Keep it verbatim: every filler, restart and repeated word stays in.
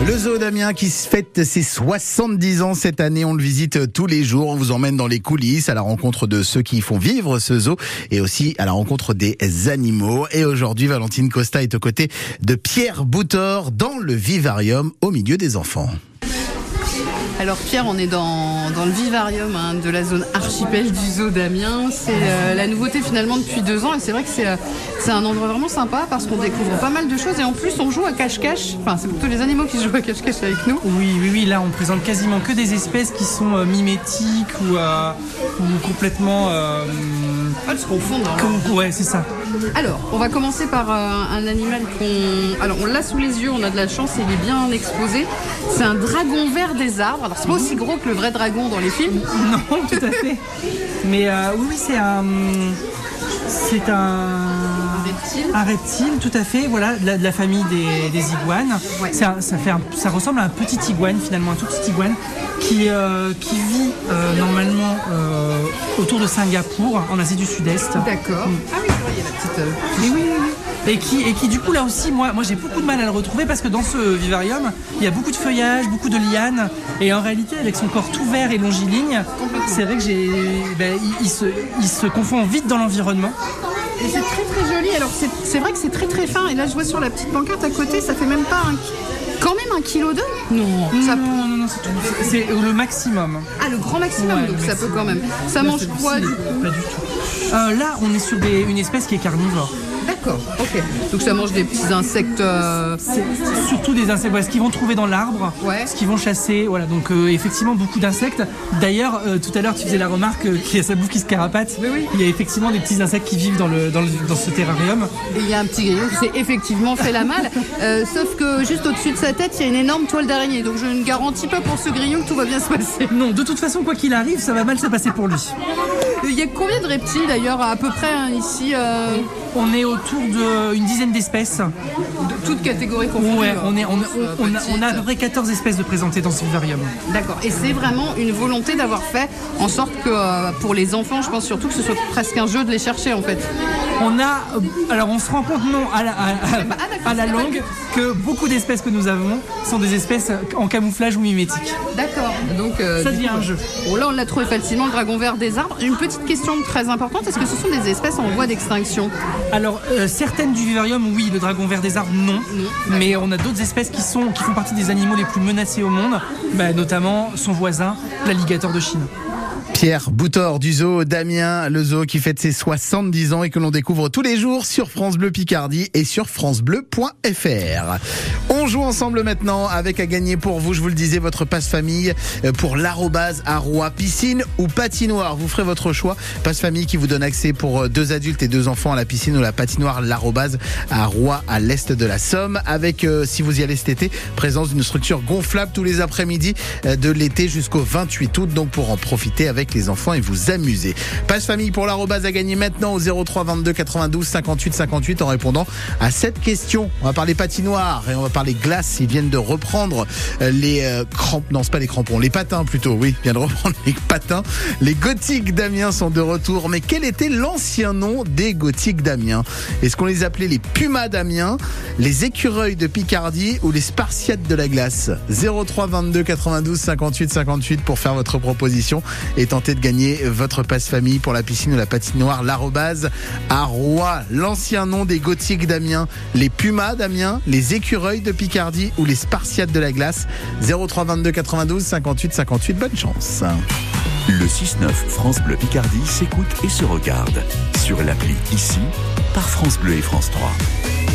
Le zoo d'Amiens qui fête ses soixante-dix ans cette année, on le visite tous les jours, on vous emmène dans les coulisses à la rencontre de ceux qui font vivre ce zoo et aussi à la rencontre des animaux. Et aujourd'hui, Valentine Costa est aux côtés de Pierre Boutor dans le vivarium au milieu des enfants. Alors Pierre, on est dans, dans le vivarium hein, de la zone archipel du zoo d'Amiens. C'est euh, la nouveauté finalement depuis deux ans et c'est vrai que c'est, euh, c'est un endroit vraiment sympa parce qu'on découvre pas mal de choses et en plus on joue à cache-cache. Enfin c'est plutôt les animaux qui jouent à cache-cache avec nous. Oui, oui, oui, là on présente quasiment que des espèces qui sont euh, mimétiques ou, euh, ou complètement... Euh, Elles se confondent. Hein. Comme, ouais, c'est ça. Alors, on va commencer par euh, un animal qu'on... Alors, on l'a sous les yeux, on a de la chance, il est bien exposé. C'est un dragon vert des arbres. Alors, c'est pas aussi gros que le vrai dragon dans les films. Non, tout à fait. Mais euh, oui, oui, c'est un... C'est un... Reptile. Un reptile, tout à fait, voilà, de la, de la famille des, des iguanes. Ouais. Un, ça, fait un, ça ressemble à un petit iguane, finalement, un tout petit iguane, qui, euh, qui vit euh, normalement euh, autour de Singapour, en Asie du Sud-Est. D'accord. Mm. Ah oui, c'est vrai, il y a la petite... Euh, Mais oui, oui, oui. Et qui, et qui du coup là aussi, moi, moi j'ai beaucoup de mal à le retrouver parce que dans ce vivarium, il y a beaucoup de feuillages, beaucoup de lianes. Et en réalité, avec son corps tout vert et longiligne, c'est vrai que j'ai, ben, il, il, se, il se confond vite dans l'environnement. Et c'est très très joli. Alors c'est, c'est vrai que c'est très très fin. Et là je vois sur la petite pancarte à côté, ça fait même pas un... Quand même un kilo d'œuf ? Non, ça... non, non, non, c'est, tout... c'est le maximum. Ah, le grand maximum, ouais, donc ça maximum. Peut quand même. Ça là, mange quoi du coup ? Pas du tout. Euh, là, on est sur des, une espèce qui est carnivore. D'accord, ok. Donc ça mange des petits insectes. Euh... C'est, c'est surtout des insectes, voilà, ce qu'ils vont trouver dans l'arbre, ouais. Ce qu'ils vont chasser. Voilà, donc euh, effectivement beaucoup d'insectes. D'ailleurs, euh, tout à l'heure, tu faisais la remarque euh, qu'il y a sa bouffe qui se carapate. Oui, oui. Il y a effectivement des petits insectes qui vivent dans, le, dans, le, dans ce terrarium. Et il y a un petit grillon qui s'est effectivement fait la malle. Euh, sauf que juste au-dessus de sa tête, il y a une énorme toile d'araignée. Donc je ne garantis pas pour ce grillon que tout va bien se passer. Non, de toute façon, quoi qu'il arrive, ça va mal se passer pour lui. Il y a combien de reptiles d'ailleurs à peu près hein, ici euh... On est autour d'une dizaine d'espèces. De toutes catégories confondues. Ouais, on, est, on, on, on, a, on a à peu près quatorze espèces de présentées dans ce vivarium. D'accord. Et c'est vraiment une volonté d'avoir fait en sorte que euh, pour les enfants, je pense surtout que ce soit presque un jeu de les chercher en fait. On a, alors on se rend compte non à la, à, à, à la longue que beaucoup d'espèces que nous avons sont des espèces en camouflage ou mimétiques. D'accord. Donc euh, ça devient un jeu. Bon là on l'a trouvé facilement, le dragon vert des arbres. Une petite question très importante, est-ce que ce sont des espèces en voie d'extinction ? Alors euh, certaines du vivarium, oui, le dragon vert des arbres, non. non mais on a d'autres espèces qui sont qui font partie des animaux les plus menacés au monde, bah, notamment son voisin, l'alligator de Chine. Pierre Boutor du zoo d'Amiens, le zoo qui fête ses soixante-dix ans et que l'on découvre tous les jours sur France Bleu Picardie et sur francebleu point f r. On joue ensemble maintenant avec à gagner pour vous, je vous le disais, votre passe famille pour l'arrobase à Roy, piscine ou patinoire. Vous ferez votre choix. Passe famille qui vous donne accès pour deux adultes et deux enfants à la piscine ou la patinoire, l'arrobase à Roy à l'est de la Somme. Avec, euh, si vous y allez cet été, présence d'une structure gonflable tous les après-midi de l'été jusqu'au vingt-huit août. Donc pour en profiter avec les enfants et vous amuser. Passe famille pour l'arrobase à gagner maintenant au zéro trois vingt-deux quatre-vingt-douze cinquante-huit cinquante-huit en répondant à cette question. On va parler patinoire et on va parler glace. Ils viennent de reprendre les euh, crampons, non c'est pas les crampons, les patins plutôt, oui, ils viennent de reprendre les patins. Les Gothiques d'Amiens sont de retour. Mais quel était l'ancien nom des Gothiques d'Amiens ? Est-ce qu'on les appelait les Pumas d'Amiens, les Écureuils de Picardie ou les Spartiates de la glace ? zéro trois vingt-deux quatre-vingt-douze cinquante-huit cinquante-huit pour faire votre proposition et tenter de gagner votre passe famille pour la piscine ou la patinoire, l'arrobase à Roy. L'ancien nom des Gothiques d'Amiens, les Pumas d'Amiens, les Écureuils de Picardie ou les Spartiates de la glace. zéro trois vingt-deux quatre-vingt-douze cinquante-huit cinquante-huit, bonne chance. Le six neuf France Bleu Picardie s'écoute et se regarde sur l'appli ici par France Bleu et France trois.